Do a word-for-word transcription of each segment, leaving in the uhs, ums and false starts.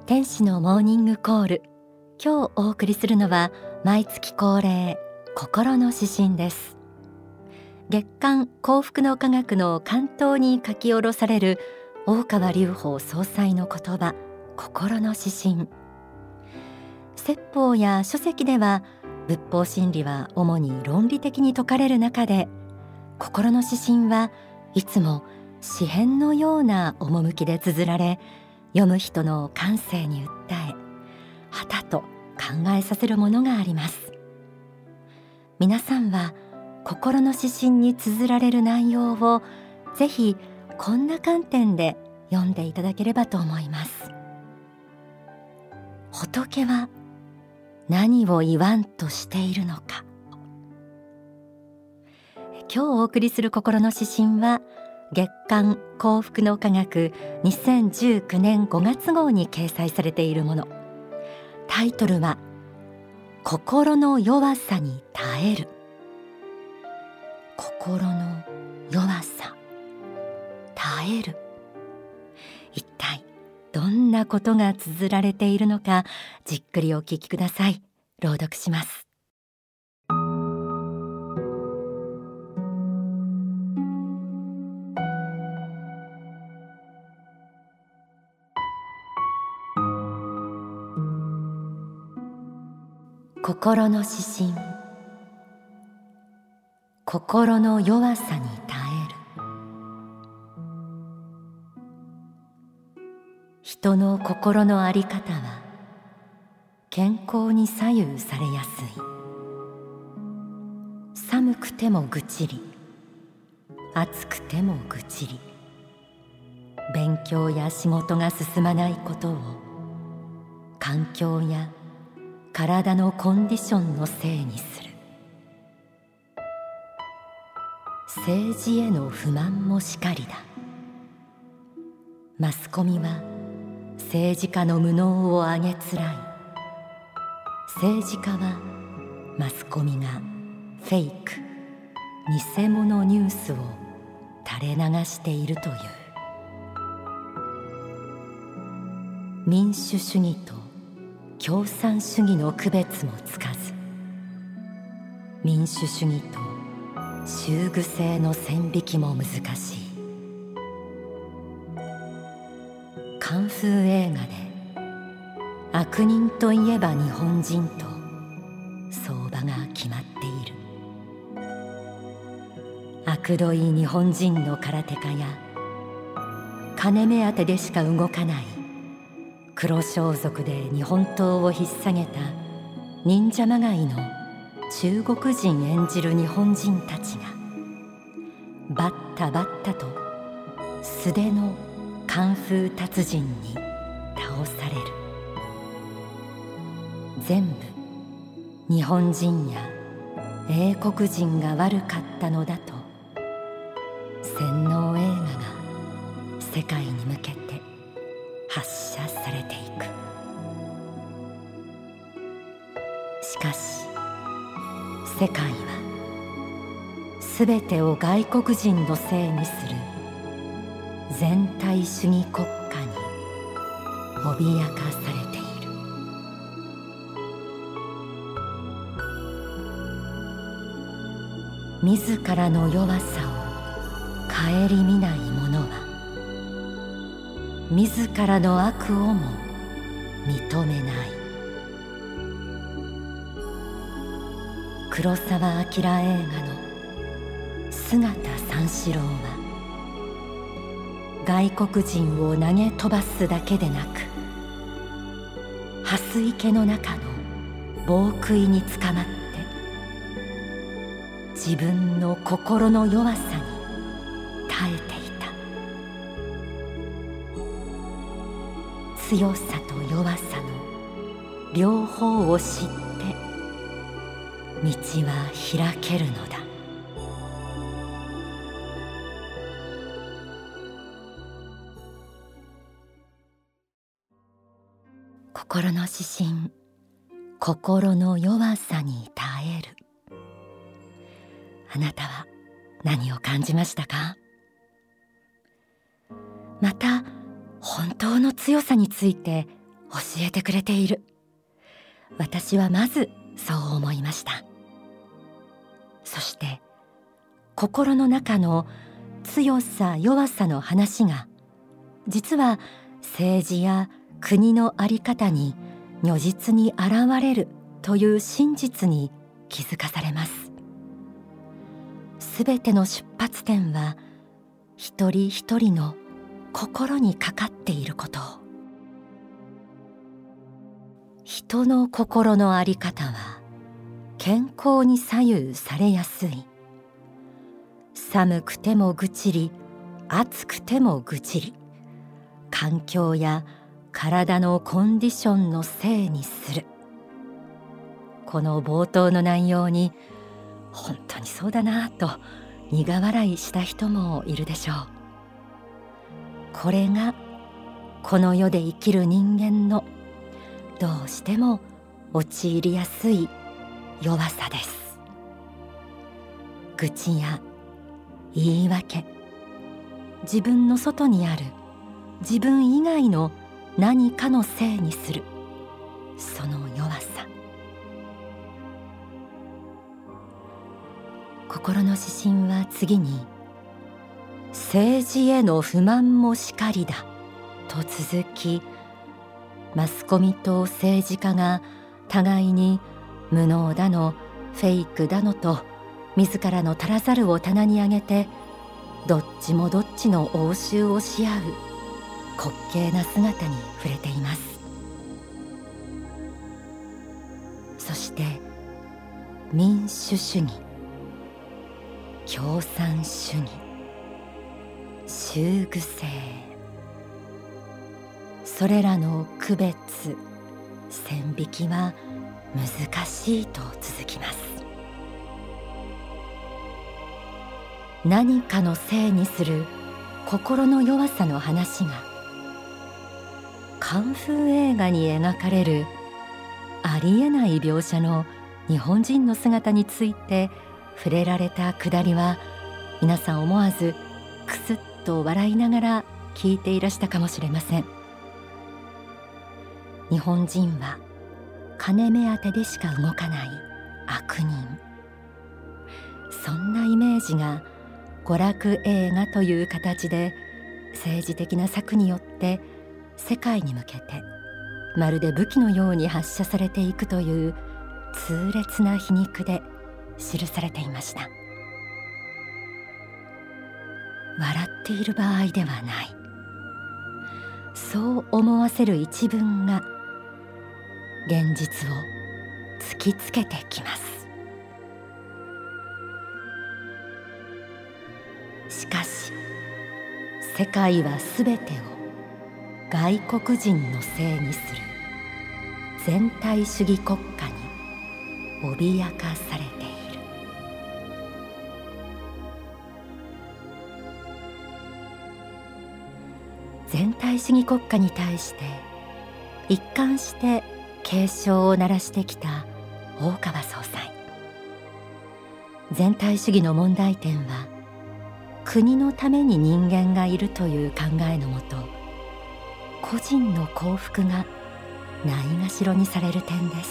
天使のモーニングコール。今日お送りするのは毎月恒例、心の指針です。月刊幸福の科学の巻頭に書き下ろされる大川隆法総裁の言葉、心の指針。説法や書籍では仏法真理は主に論理的に説かれる中で、心の指針はいつも詩編のような趣で綴られ、読む人の感性に訴え、はたと考えさせるものがあります。皆さんは心の指針に綴られる内容をぜひこんな観点で読んでいただければと思います。仏は何を言わんとしているのか。今日お送りする心の指針は月刊幸福の科学にせんじゅうきゅうねんごがつ号に掲載されているもの。タイトルは心の弱さに耐える。心の弱さ、耐える。一体どんなことが綴られているのか、じっくりお聞きください。朗読します。心の指針。心の弱さに耐える。人の心の在り方は健康に左右されやすい。寒くても愚痴り、暑くても愚痴り、勉強や仕事が進まないことを環境や体のコンディションのせいにする。政治への不満もしかりだ。マスコミは政治家の無能をあげつらい。政治家はマスコミがフェイク、偽物ニュースを垂れ流しているという。民主主義と共産主義の区別もつかず、民主主義と宗具性の線引きも難しい。カンフー映画で悪人といえば日本人と相場が決まっている。悪どい日本人の空手家や金目当てでしか動かない黒装束で日本刀を引っ提げた忍者まがいの中国人演じる日本人たちがバッタバッタと素手のカンフー達人に倒される。全部日本人や英国人が悪かったのだと洗脳映画が世界に向けて発射されていく。しかし世界はすべてを外国人のせいにする全体主義国家に脅かされている。自らの弱さを顧みない者は自らの悪をも認めない。黒澤明映画の姿三四郎は外国人を投げ飛ばすだけでなく、蓮池の中の棒杭につかまって自分の心の弱さに耐えていた。強さと弱さの両方を知って道は開けるのだ。心の指針。心の弱さに耐える。あなたは何を感じましたか？また本当の強さについて教えてくれている。私はまずそう思いました。そして心の中の強さ弱さの話が実は政治や国の在り方に如実に現れるという真実に気づかされます。すべての出発点は一人一人の心にかかっていることを。人の心の在り方は健康に左右されやすい。寒くても愚痴り、暑くても愚痴り、環境や体のコンディションのせいにする。この冒頭の内容に本当にそうだなと苦笑いした人もいるでしょう。これがこの世で生きる人間のどうしても陥りやすい弱さです。愚痴や言い訳、自分の外にある自分以外の何かのせいにするその弱さ。心の指針は次に、政治への不満もしかりだと続き、マスコミと政治家が互いに無能だのフェイクだのと自らの足らざるを棚に上げて、どっちもどっちの応酬をし合う滑稽な姿に触れています。そして民主主義、共産主義、修具性、それらの区別線引きは難しいと続きます。何かのせいにする心の弱さの話がカンフー映画に描かれるありえない描写の日本人の姿について触れられたくだりは、皆さん思わずクスッと笑いながら聞いていらしたかもしれません。日本人は金目当てでしか動かない悪人、そんなイメージが娯楽映画という形で政治的な策によって世界に向けてまるで武器のように発射されていくという痛烈な皮肉で記されていました。笑っている場合ではない、そう思わせる一文が現実を突きつけてきます。しかし世界はすべてを外国人のせいにする全体主義国家に脅かされている。全体主義国家に対して一貫して警鐘を鳴らしてきた大川総裁。全体主義の問題点は国のために人間がいるという考えのもと、個人の幸福がないがしろにされる点です。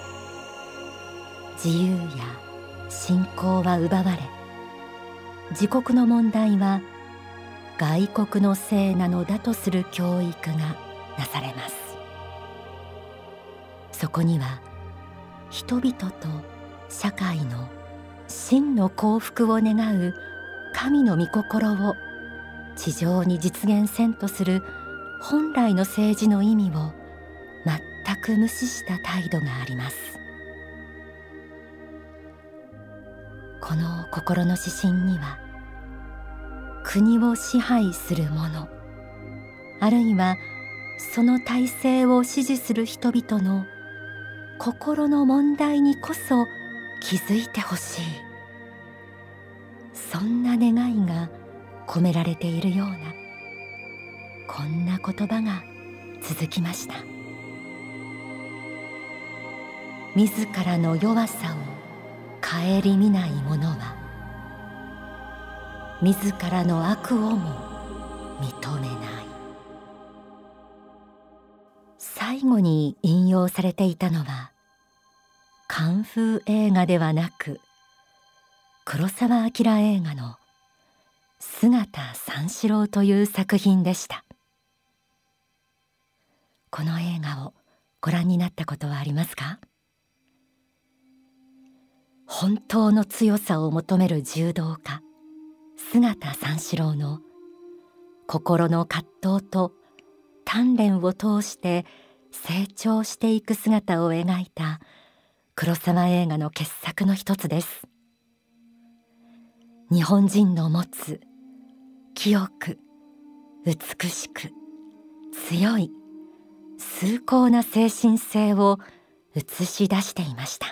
自由や信仰は奪われ、自国の問題は外国のせいなのだとする教育がなされます。そこには人々と社会の真の幸福を願う神の御心を地上に実現せんとする本来の政治の意味を全く無視した態度があります。この心の指針には、国を支配する者、あるいはその体制を支持する人々の心の問題にこそ気づいてほしい、そんな願いが込められているような、こんな言葉が続きました。自らの弱さを顧みない者は自らの悪をも認めない。 最後に引用されていたのはカンフー映画ではなく黒澤明映画の姿三四郎という作品でした。この映画をご覧になったことはありますか？本当の強さを求める柔道家姿三四郎の心の葛藤と鍛錬を通して成長していく姿を描いた黒澤映画の傑作の一つです。日本人の持つ清く美しく強い崇高な精神性を映し出していました。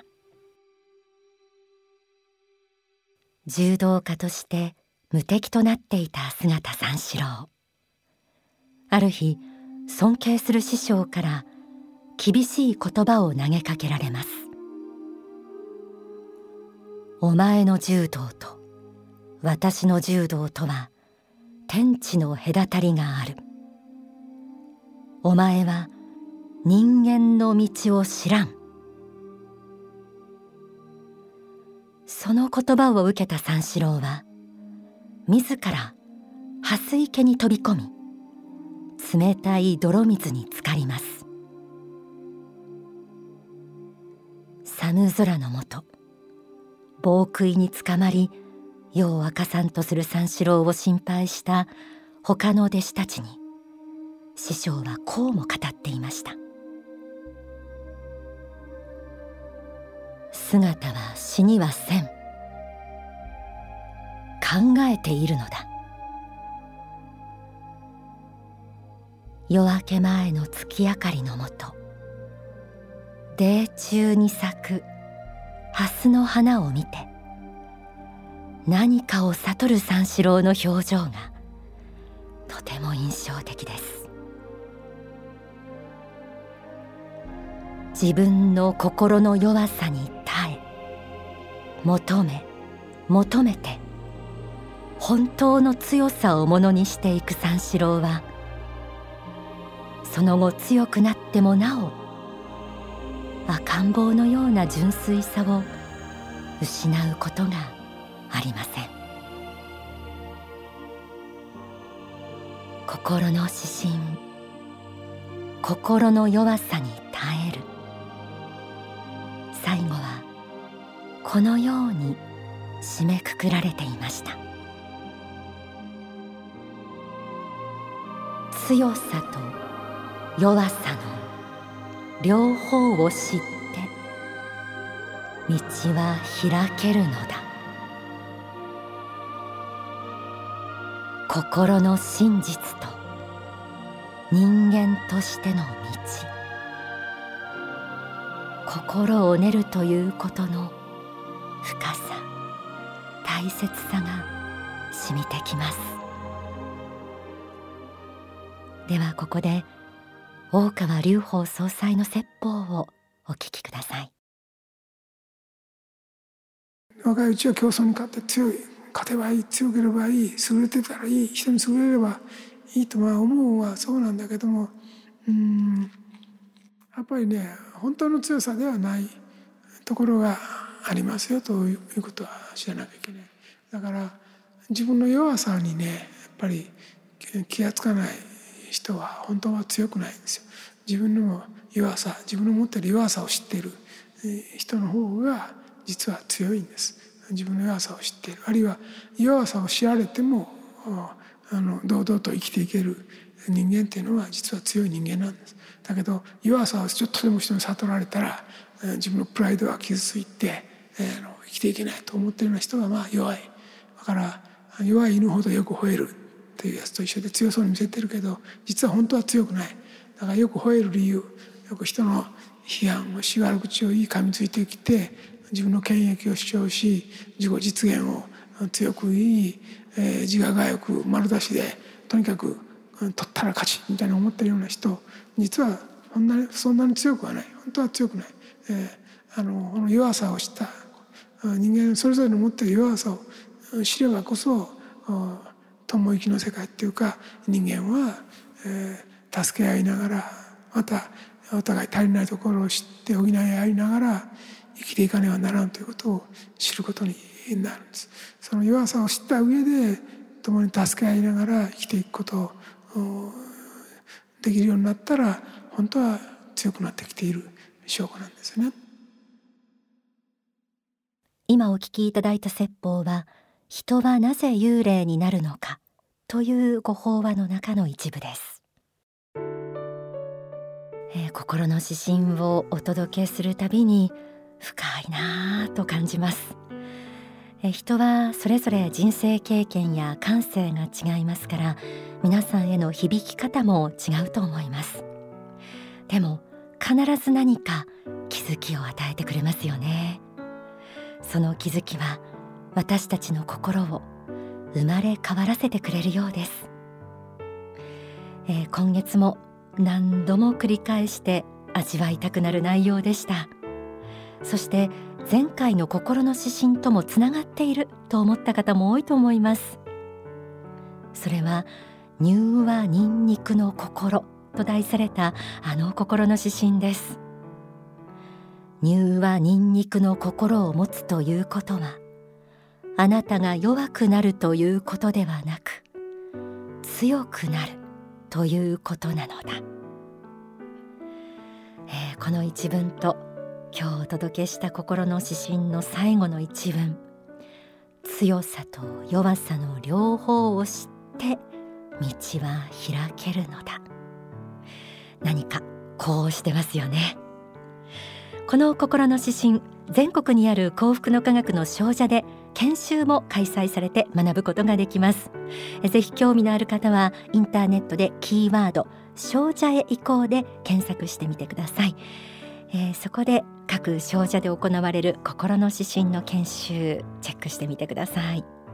柔道家として無敵となっていた姿三四郎。ある日、尊敬する師匠から厳しい言葉を投げかけられます。お前の柔道と私の柔道とは天地の隔たりがある。お前は人間の道を知らん。その言葉を受けた三四郎は自ら蓮池に飛び込み、冷たい泥水に浸かります。寒空の下、暴食につかまり夜を明かさんとする三四郎を心配した他の弟子たちに師匠はこうも語っていました。姿は死にはせん。考えているのだ。夜明け前の月明かりのもと、泥中に咲く蓮の花を見て何かを悟る三四郎の表情がとても印象的です。自分の心の弱さに耐え、求め求めて本当の強さをものにしていく三四郎は、その後強くなってもなお赤ん坊のような純粋さを失うことがありません。心の指針、心の弱さに耐える。最後はこのように締めくくられていました。強さと弱さの両方を知って道は開けるのだ。心の真実と人間としての道、心を練るということの深さ、大切さが染みてきます。ではここで大川隆法総裁の説法をお聞きください。 若いうちは競争に勝って強い、勝てばいい、強ければいい、優れてたらいい、人に優れればいいとまあ思うのはそうなんだけども、うーんやっぱりね、本当の強さではないところがありますよということは知らなきゃいけない。だから自分の弱さにね、やっぱり気がつかない人は本当は強くないんですよ。自分の弱さ、自分の持っている弱さを知っている人の方が実は強いんです。自分の弱さを知っている、あるいは弱さを知られてもあの堂々と生きていける人間っていうのは実は強い人間なんです。だけど弱さをちょっとでも人に悟られたら自分のプライドが傷ついて、えー、生きていけないと思っているような人がまあ弱い。だから弱い犬ほどよく吠えるっていうやつと一緒で、強そうに見せてるけど実は本当は強くない。だからよく吠える理由、よく人の批判をし、悪口を言い噛みついてきて自分の権益を主張し、自己実現を強く言い、えー、自我がよく丸出しでとにかく取ったら勝ちみたいに思ってるような人、実はそんなにそんなに強くはない。本当は強くない。えー、あのこの弱さを知った人間それぞれの持っている弱さを知ればこそ共生きの世界っていうか、人間は、えー、助け合いながら、またお互い足りないところを知って補い合いながら生きていかねばならんということを知ることになるんです。その弱さを知った上で共に助け合いながら生きていくことをできるようになったら、本当は強くなってきている証拠なんですね。 今お聞きいただいた説法は、人はなぜ幽霊になるのかというご法話の中の一部です。えー、心の指針をお届けするたびに深いなぁと感じます。えー、人はそれぞれ人生経験や感性が違いますから、皆さんへの響き方も違うと思います。でも必ず何か気づきを与えてくれますよね。その気づきは私たちの心を生まれ変わらせてくれるようです。えー、今月も何度も繰り返して味わいたくなる内容でした。そして前回の心の指針ともつながっていると思った方も多いと思います。それは柔和ニンニクの心と題されたあの心の指針です。柔和ニンニクの心を持つということは、あなたが弱くなるということではなく、強くなるということなのだ。えー、この一文と今日お届けした心の指針の最後の一文、強さと弱さの両方を知って道は開けるのだ。何かこうしてますよね。この心の指針、全国にある幸福の科学の精舎で研修も開催されて学ぶことができます。ぜひ興味のある方はインターネットでキーワード精舎へ行こうで検索してみてください。えー、そこで各精舎で行われる心の指針の研修チェックしてみてください。